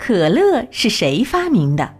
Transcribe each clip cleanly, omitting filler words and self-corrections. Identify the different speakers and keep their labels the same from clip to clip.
Speaker 1: 可乐是谁发明的？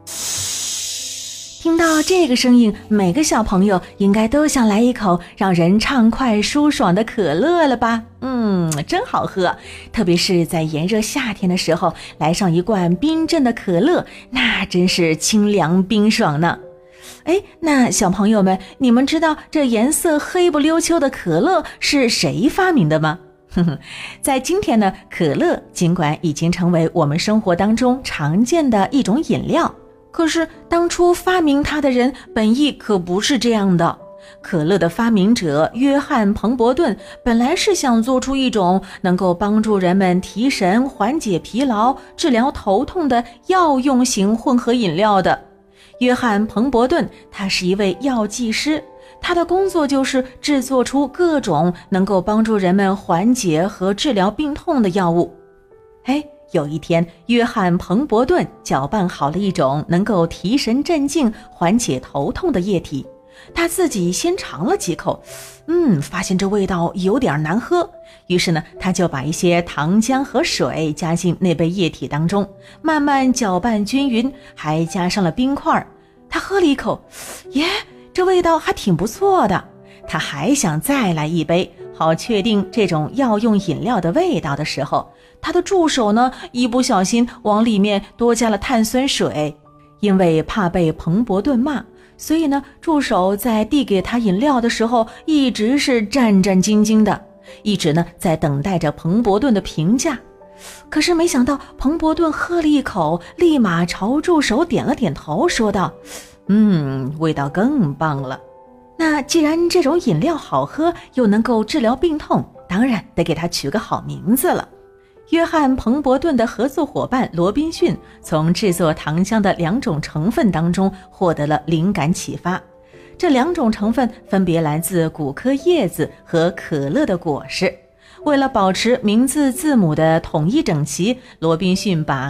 Speaker 1: 听到这个声音，每个小朋友应该都想来一口让人畅快舒爽的可乐了吧？真好喝，特别是在炎热夏天的时候，来上一罐冰镇的可乐，那真是清凉冰爽呢。那小朋友们，你们知道这颜色黑不溜秋的可乐是谁发明的吗？在今天呢，可乐尽管已经成为我们生活当中常见的一种饮料，可是当初发明它的人本意可不是这样的。可乐的发明者约翰·彭伯顿本来是想做出一种能够帮助人们提神、缓解疲劳、治疗头痛的药用型混合饮料的。约翰·彭伯顿他是一位药剂师，他的工作就是制作出各种能够帮助人们缓解和治疗病痛的药物。有一天，约翰·彭伯顿搅拌好了一种能够提神镇静、缓解头痛的液体。他自己先尝了几口，发现这味道有点难喝，于是呢，他就把一些糖浆和水加进那杯液体当中，慢慢搅拌均匀，还加上了冰块。他喝了一口，这味道还挺不错的。他还想再来一杯，好确定这种药用饮料的味道的时候，他的助手呢，一不小心往里面多加了碳酸水。因为怕被彭伯顿骂，所以呢，助手在递给他饮料的时候一直是战战兢兢的，一直呢在等待着彭伯顿的评价。可是没想到彭伯顿喝了一口，立马朝助手点了点头，说道：味道更棒了。那既然这种饮料好喝，又能够治疗病痛，当然得给它取个好名字了。约翰·彭伯顿的合作伙伴罗宾逊从制作糖浆的2种成分当中获得了灵感启发。这2种成分分别来自古柯叶子和可乐的果实。为了保持名字字母的统一整齐，罗宾逊把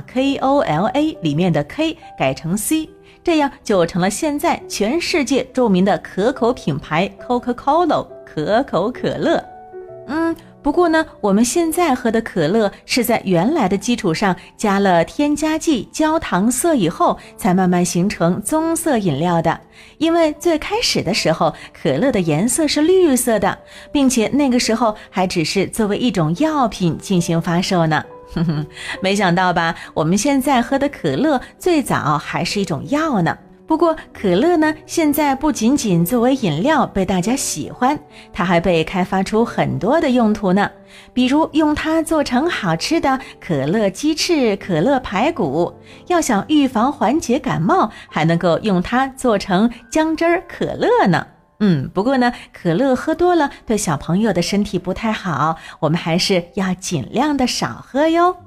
Speaker 1: KOLA 里面的 K 改成 C， 这样就成了现在全世界著名的可口品牌 Coca-Cola 可口可乐。不过呢，我们现在喝的可乐是在原来的基础上加了添加剂、焦糖色以后，才慢慢形成棕色饮料的。因为最开始的时候，可乐的颜色是绿色的，并且那个时候还只是作为一种药品进行发售呢。没想到吧，我们现在喝的可乐最早还是一种药呢。不过可乐呢，现在不仅仅作为饮料被大家喜欢，它还被开发出很多的用途呢。比如用它做成好吃的可乐鸡翅、可乐排骨，要想预防缓解感冒，还能够用它做成姜汁儿可乐呢。不过呢，可乐喝多了对小朋友的身体不太好，我们还是要尽量的少喝哟。